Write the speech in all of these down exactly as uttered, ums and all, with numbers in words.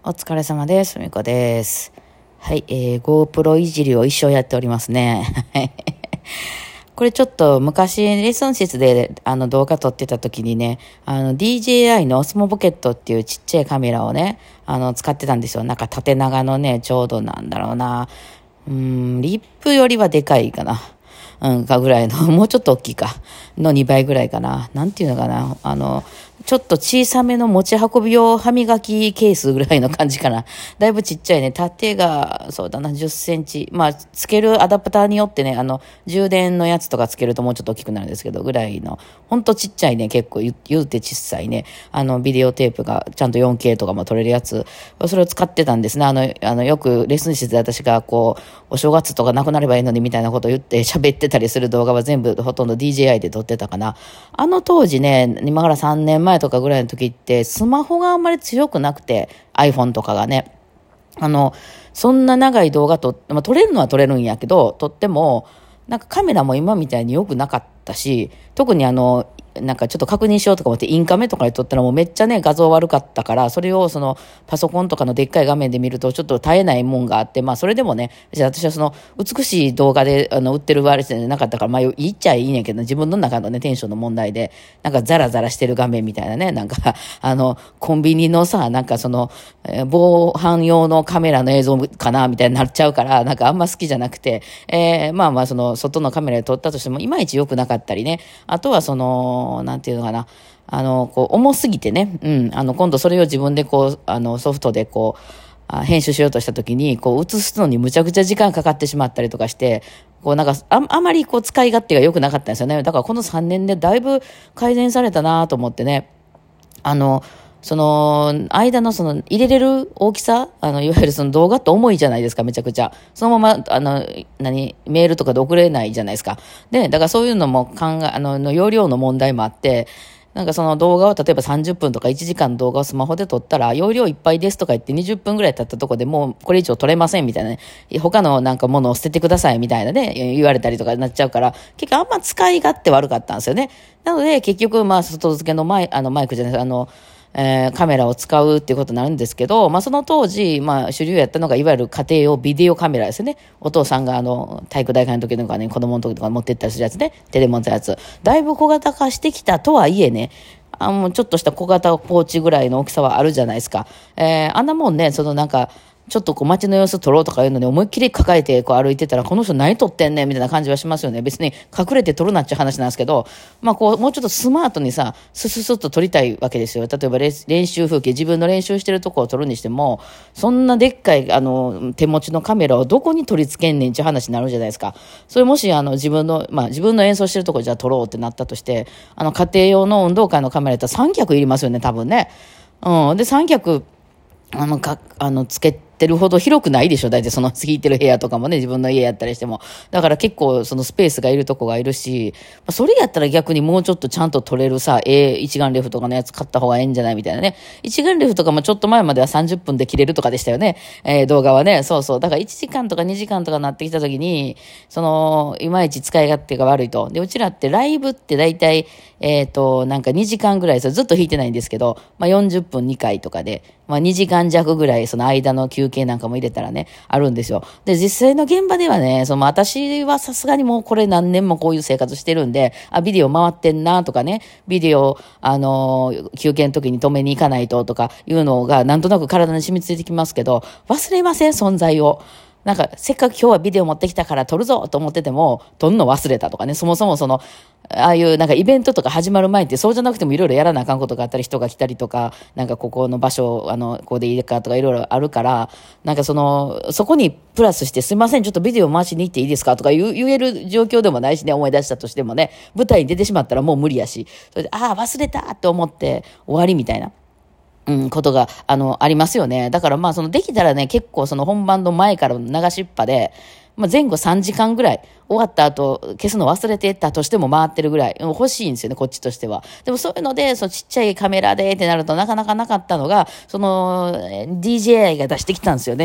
お疲れ様です。みこです。はい、えー、GoPro いじりを一生やっておりますね。これちょっと昔レッスン室であの動画撮ってた時にね、あの ディージェーアイ のオスモポケットっていうちっちゃいカメラをね、あの使ってたんですよ。なんか縦長のね、ちょうどなんだろうな。うーん、リップよりはでかいかな。うん、かぐらいの、もうちょっと大きいか。のにばいぐらいかな。なんていうのかな。あの、ちょっと小さめの持ち運び用歯磨きケースぐらいの感じかな。だいぶちっちゃいね。縦が、そうだな、じゅっセンチ。まあ、つけるアダプターによってね、あの、充電のやつとかつけるともうちょっと大きくなるんですけど、ぐらいの。ほんとちっちゃいね、結構言言うて小さいね。あの、ビデオテープがちゃんと よんケー とかも撮れるやつ。それを使ってたんですね。あの、あの、よくレッスン室で私がこう、お正月とかなくなればいいのにみたいなことを言って喋ってたりする動画は全部ほとんど ディージェーアイ で撮ってたかな。あの当時ね、今からさんねんまえとかぐらいの時ってスマホがあんまり強くなくて iPhone とかがね、あの、そんな長い動画撮って、まあ、撮れるのは撮れるんやけど、撮ってもなんかカメラも今みたいに良くなかったし、特にあの、なんかちょっと確認しようとか思ってインカメとかで撮ったらもうめっちゃね画像悪かったから、それをそのパソコンとかのでっかい画面で見るとちょっと耐えないもんがあって、まあそれでもね、私はその美しい動画であの売ってる割じゃなかったから、まあ言っちゃいいねんけど、自分の中のねテンションの問題で、なんかザラザラしてる画面みたいなね、なんかあのコンビニのさ、なんかその、えー防犯用のカメラの映像かなみたいになっちゃうから、なんかあんま好きじゃなくて、えー、まあまあその外のカメラで撮ったとしてもいまいち良くなかったりね、あとはそのなんていうのかな、あのこう重すぎてね、うん、あの今度それを自分でこうあのソフトでこうあ編集しようとした時にこう映すのにむちゃくちゃ時間かかってしまったりとかして、こうなんかああまりこう使い勝手が良くなかったんですよね。だからこのさんねんでだいぶ改善されたなと思ってね、あのその間のその入れれる大きさ、あのいわゆるその動画って重いじゃないですか、めちゃくちゃ。そのままあの何メールとかで送れないじゃないですか。でだからそういうのも考えあのの容量の問題もあって、なんかその動画を例えばさんじゅっぷんとかいちじかんの動画をスマホで撮ったら容量いっぱいですとか言ってにじゅっぷんぐらい経ったところでもうこれ以上撮れませんみたいなね、他のなんかものを捨ててくださいみたいなね言われたりとかになっちゃうから、結局あんま使い勝手悪かったんですよね。なので結局まあ外付けのマイあのマイクじゃないあのえー、カメラを使うっていうことになるんですけど、まあその当時、まあ主流やったのがいわゆる家庭用ビデオカメラですね。お父さんがあの、体育大会の時とかね、子供の時とか持ってったりするやつね。手で持ったやつ。だいぶ小型化してきたとはいえね、あの、ちょっとした小型ポーチぐらいの大きさはあるじゃないですか。えー、あんなもんね、そのなんか、ちょっとこう街の様子撮ろうとかいうのに思いっきり抱えてこう歩いてたら、この人何撮ってんねんみたいな感じはしますよね。別に隠れて撮るなっちゅう話なんですけど、まあこう、もうちょっとスマートにさ、スススッと撮りたいわけですよ。例えば練練習風景、自分の練習してるとこを撮るにしても、そんなでっかいあの、手持ちのカメラをどこに取り付けんねんっていう話になるじゃないですか。それもしあの自分の、まあ自分の演奏してるとこじゃあ撮ろうってなったとして、あの家庭用の運動会のカメラだったら三脚いりますよね、多分ね。うん。で、三脚、あの、か、あの、つけてるほど広くないでしょ。大体その、引いてる部屋とかもね、自分の家やったりしても。だから結構、そのスペースがいるとこがいるし、それやったら逆にもうちょっとちゃんと撮れるさ、ええ一眼レフとかのやつ買った方がええんじゃないみたいなね。一眼レフとかもちょっと前まではさんじゅっぷんで切れるとかでしたよね。えー、動画はね。そうそう。だからいちじかんとかにじかんとかなってきた時に、その、いまいち使い勝手が悪いと。で、うちらってライブって大体、えっと、なんかにじかんぐらい、それずっと弾いてないんですけど、まあよんじゅっぷんにかいとかで、まあにじかん弱ぐらい、その間の休憩なんかも入れたらね、あるんですよ。で、実際の現場ではね、その私はさすがにもうこれ何年もこういう生活してるんで、あ、ビデオ回ってんなとかね、ビデオ、あのー、休憩の時に止めに行かないととかいうのがなんとなく体に染みついてきますけど、忘れません、存在を。なんか、せっかく今日はビデオ持ってきたから撮るぞと思ってても、撮んの忘れたとかね、そもそもその、ああいうなんかイベントとか始まる前ってそうじゃなくてもいろいろやらなあかんことがあったり、人が来たりとか、なんかここの場所、あの、ここでいいかとかいろいろあるから、なんかその、そこにプラスしてすいません、ちょっとビデオ回しに行っていいですかとか言う言える状況でもないしね、思い出したとしてもね、舞台に出てしまったらもう無理やし、それで、ああ、忘れたと思って終わりみたいな。うん、ことが、あの、ありますよね。だからまあ、その、できたらね、結構その本番の前からの流しっぱで、まあ、前後さんじかんぐらい、終わった後、消すの忘れてたとしても回ってるぐらい、欲しいんですよね、こっちとしては。でもそういうので、そのちっちゃいカメラでってなるとなかなかなかったのが、その、ディージェーアイ が出してきたんですよね。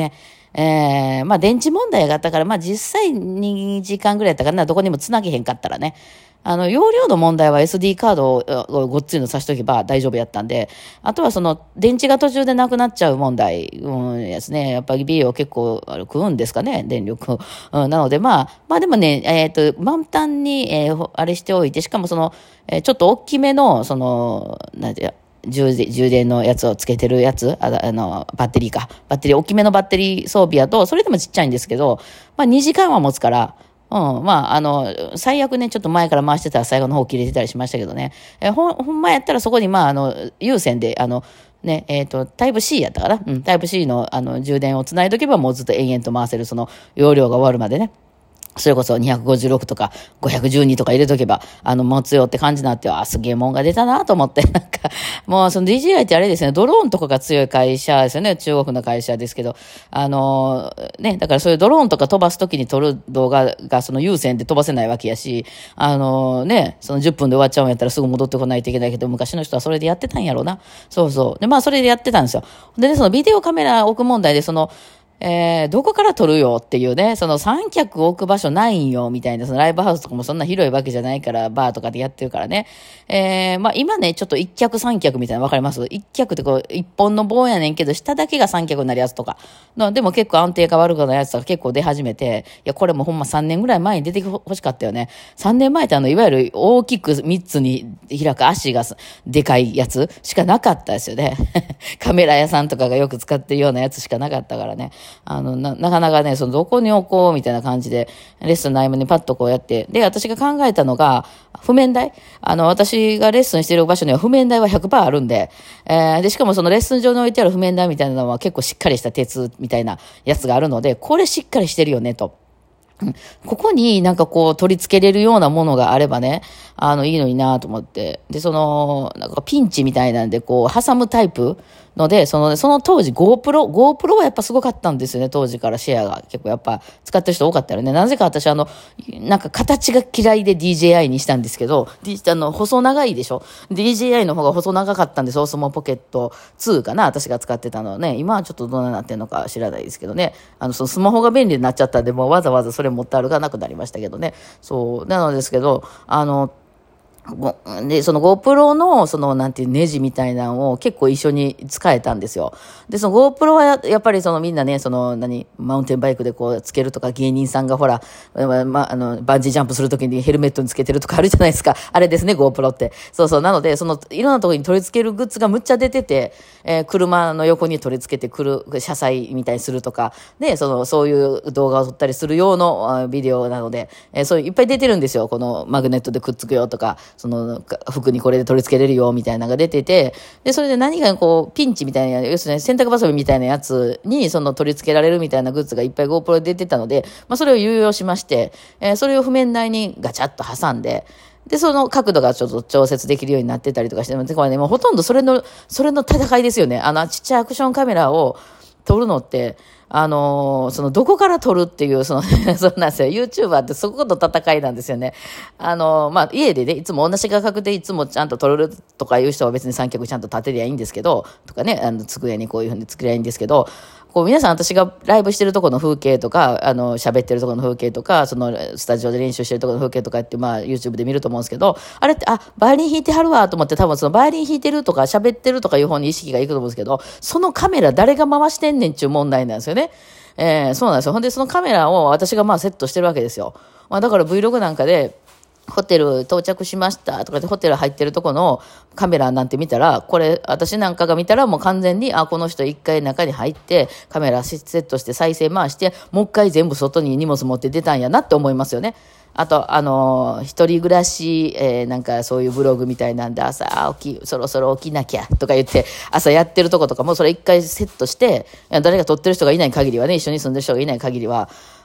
えー、まあ電池問題があったから、まあ実際にじかんぐらいやったかな、どこにもつなげへんかったらね。あの、容量の問題は エスディー カードをごっついの挿しとけば大丈夫やったんで、あとはその電池が途中でなくなっちゃう問題、うんですね。やっぱりビーを結構あの食うんですかね、電力。うん、なのでまあ、まあでもね、えっ、と、満タンに、えーあれしておいて、しかもその、えーちょっと大きめの、その、なんていう充電、充電のやつをつけてるやつ、ああの、バッテリーか。バッテリー、大きめのバッテリー装備やと、それでもちっちゃいんですけど、まあにじかんは持つから、うん、まあ、あの、最悪ね、ちょっと前から回してたら最後の方切れてたりしましたけどね。えほん、ほんまやったらそこに、まあ、あの、有線で、あの、ね、えっ、と、タイプ C やったかな。うん、タイプ C の、あの、充電をつないどけばもうずっと延々と回せる、その、容量が終わるまでね。それこそにひゃくごじゅうろくとかごひゃくじゅうにとか入れとけば、あの、持つよって感じになって、あ、すげえもんが出たなと思って、なんか、もうその ディージェーアイ ってあれですね、ドローンとかが強い会社ですよね、中国の会社ですけど、あの、ね、だからそういうドローンとか飛ばすときに撮る動画がその有線で飛ばせないわけやし、あのね、そのじゅっぷんで終わっちゃうんやったらすぐ戻ってこないといけないけど、昔の人はそれでやってたんやろうな。そうそう。で、まあそれでやってたんですよ。でね、そのビデオカメラ置く問題で、その、えー、どこから撮るよっていうね、その三脚置く場所ないんよみたいな、そのライブハウスとかもそんな広いわけじゃないから、バーとかでやってるからね。えー、まあ今ね、ちょっと一脚三脚みたいなのわかります？一脚ってこう、一本の棒やねんけど、下だけが三脚になるやつとか。のでも結構安定が悪くなるやつとか結構出始めて、いや、これもほんまさんねんぐらい前に出てほしかったよね。さんねんまえってあの、いわゆる大きくみっつに開く足がでかいやつしかなかったですよね。カメラ屋さんとかがよく使ってるようなやつしかなかったからね。あの、な、なかなかね、その、どこに置こうみたいな感じで、レッスンの合間にパッとこうやって、で、私が考えたのが、譜面台あの、私がレッスンしてる場所には譜面台は ひゃくパーセント あるんで、えー、で、しかもそのレッスン上に置いてある譜面台みたいなのは結構しっかりした鉄みたいなやつがあるので、これしっかりしてるよね、と。ここになんかこう取り付けれるようなものがあればね、あの、いいのになと思って。で、その、なんかピンチみたいなんでこう挟むタイプので、その、その当時 GoPro、GoPro はやっぱすごかったんですよね、当時からシェアが。結構やっぱ使ってる人多かったよね。なぜか私あの、なんか形が嫌いで ディージェーアイ にしたんですけど、あの、細長いでしょ ?ディージェーアイ の方が細長かったんです、オースモポケットツーかな、私が使ってたのはね。今はちょっとどうなってんのか知らないですけどね。あの、そのスマホが便利になっちゃったんで、もうわざわざそれ持って歩かなくなりましたけどね。そう。なのですけど、あの、で、その GoPro の、その、なんていうネジみたいなのを結構一緒に使えたんですよ。で、その GoPro はややっぱりそのみんなね、その、何、マウンテンバイクでこうつけるとか、芸人さんがほら、ま、あの、バンジージャンプするときにヘルメットにつけてるとかあるじゃないですか。あれですね、GoPro って。そうそう。なので、その、いろんなところに取り付けるグッズがむっちゃ出てて、えー、車の横に取り付けてくる、車載みたいにするとか、で、その、そういう動画を撮ったりする用のビデオなので、えー、そういういっぱい出てるんですよ。このマグネットでくっつくよとか、その、服にこれで取り付けれるよみたいなのが出てて、で、それで何かこう、ピンチみたいな、要するに洗濯バサミみたいなやつに、その取り付けられるみたいなグッズがいっぱい GoPro で出てたので、まあそれを有用しまして、えー、それを譜面台にガチャッと挟んで、で、その角度がちょっと調節できるようになってたりとかして、これね、もうほとんどそれの、それの戦いですよね。あの、ちっちゃいアクションカメラを撮るのって、あのー、その、どこから撮るっていう、その、そうなんですよ。YouTuber ってそこと戦いなんですよね。あのー、まあ、家でね、いつも同じ画角でいつもちゃんと撮れるとかいう人は別に三脚ちゃんと立てりゃいいんですけど、とかね、あの、机にこういうふうに作りゃいいんですけど、こう皆さん私がライブしてるところの風景とか、あの、喋ってるところの風景とか、その、スタジオで練習してるところの風景とかって、まあ、YouTube で見ると思うんですけど、あれって、あ、バイオリン弾いてはるわと思って、多分そのバイオリン弾いてるとか喋ってるとかいう方に意識がいくと思うんですけど、そのカメラ誰が回してんねんっていう問題なんですよね。えー、そうなんですよ。ほんで、そのカメラを私がまあセットしてるわけですよ。まあ、だから Vlog なんかで、ホテル到着しましたとかでホテル入ってるとこのカメラなんて見たら、これ私なんかが見たらもう完全に、あ、この人一回中に入ってカメラセットして再生回して、もう一回全部外に荷物持って出たんやなって思いますよね。あと、あのー、一人暮らし、えー、なんかそういうブログみたいなんで、朝起き、そろそろ起きなきゃとか言って、朝やってるとことかもそれ一回セットして、誰が撮ってる人がいない限りはね、一緒に住んでる人がいない限りは、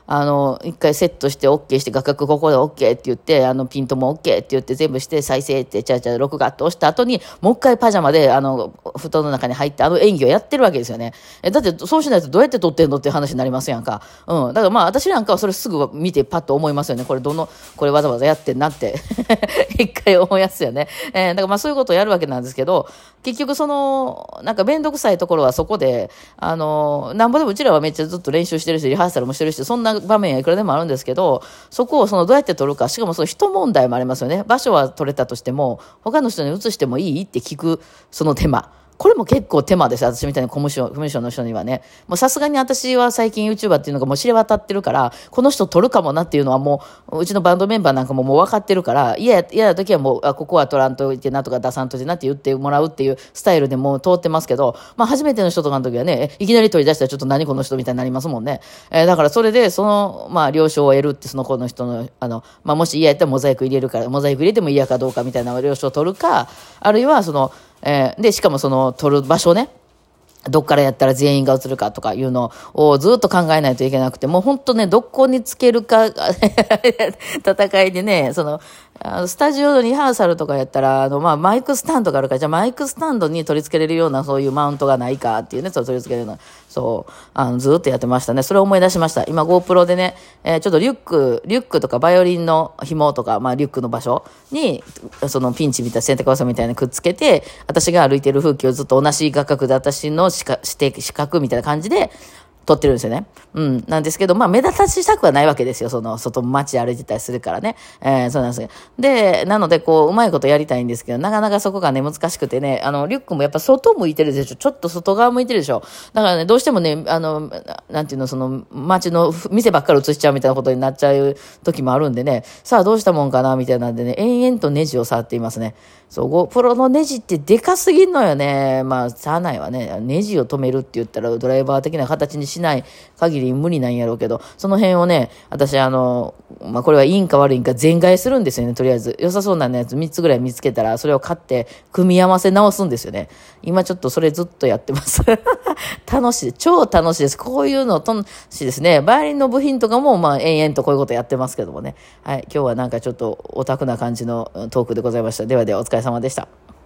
あの、一回セットして OK して、画角ここで OK って言って、あの、ピントも OK って言って全部して再生ってちゃちゃ録画って押した後に、もう一回パジャマで、あの、布団の中に入ってあの演技をやってるわけですよね。え、だってそうしないとどうやって撮ってんのっていう話になりますやんか。うん。だからまあ私なんかはそれすぐ見てパッと思いますよね。これどの、これわざわざやってんなって。一回思いますよね。えー、だからまあそういうことをやるわけなんですけど、結局その、なんかめんどくさいところはそこで、あの、なんぼでもうちらはめっちゃずっと練習してるし、リハーサルもしてるし、そんな場面はいくらでもあるんですけど、そこをそのどうやって撮るか、しかもその人問題もありますよね。場所は撮れたとしても、他の人に移してもいいって聞く、その手間。これも結構手間です。私みたいにコミュ障、コミュ障の人にはね。もうさすがに私は最近 YouTuber っていうのがもう知れ渡ってるから、この人撮るかもなっていうのはもう、うちのバンドメンバーなんかももう分かってるから、嫌や、嫌な時はもう、あ、ここは撮らんといてなとか出さんといてなって言ってもらうっていうスタイルでもう通ってますけど、まあ初めての人とかの時はね、いきなり取り出したらちょっと何この人みたいになりますもんね。えー、だからそれで、その、まあ了承を得るって、その子の人の、あの、まあもし嫌やったらモザイク入れるから、モザイク入れても嫌かどうかみたいな了承を取るか、あるいはその、えー、で、しかもその撮る場所ね、どっからやったら全員が映るかとかいうのをずっと考えないといけなくて、もう本当ね、どこにつけるか、戦いでね、その、あのスタジオのリハーサルとかやったら、あの、まあ、マイクスタンドがあるから、じゃあマイクスタンドに取り付けれるようなそういうマウントがないかっていうね、それ取り付けるような、そう、あの、ずっとやってましたね。それを思い出しました。今 GoPro でね、えー、ちょっとリュック、リュックとかバイオリンの紐とか、まあ、リュックの場所に、そのピンチみたいな洗濯バサミみたいなくっつけて、私が歩いてる風景をずっと同じ画角で私の視覚みたいな感じで、撮ってるんですよね。うん。なんですけど、まあ、目立たしたくはないわけですよ。その、外街歩いてたりするからね。えー、そうなんですよ。で、なので、こう、うまいことやりたいんですけど、なかなかそこがね、難しくてね、あの、リュックもやっぱ外向いてるでしょ。ちょっと外側向いてるでしょ。だからね、どうしてもね、あの、なんていうの、その、街の店ばっかり映しちゃうみたいなことになっちゃう時もあるんでね、さあどうしたもんかな、みたいなんでね、延々とネジを触っていますね。そう、GoPro のネジってでかすぎんのよね。まあ、しゃあないわね。ネジを止めるって言ったら、ドライバー的な形にしない限り無理なんやろうけど、その辺をね、私、あの、まあ、これはいいんか悪いんか全買いするんですよね、とりあえず。良さそうなやつみっつぐらい見つけたら、それを買って、組み合わせ直すんですよね。今ちょっとそれずっとやってます。楽しい。超楽しいです。こういうの楽しいですね。バイオリンの部品とかも、まあ、延々とこういうことやってますけどもね。はい。今日はなんかちょっとオタクな感じのトークでございました。ではでは、お疲れ様でした。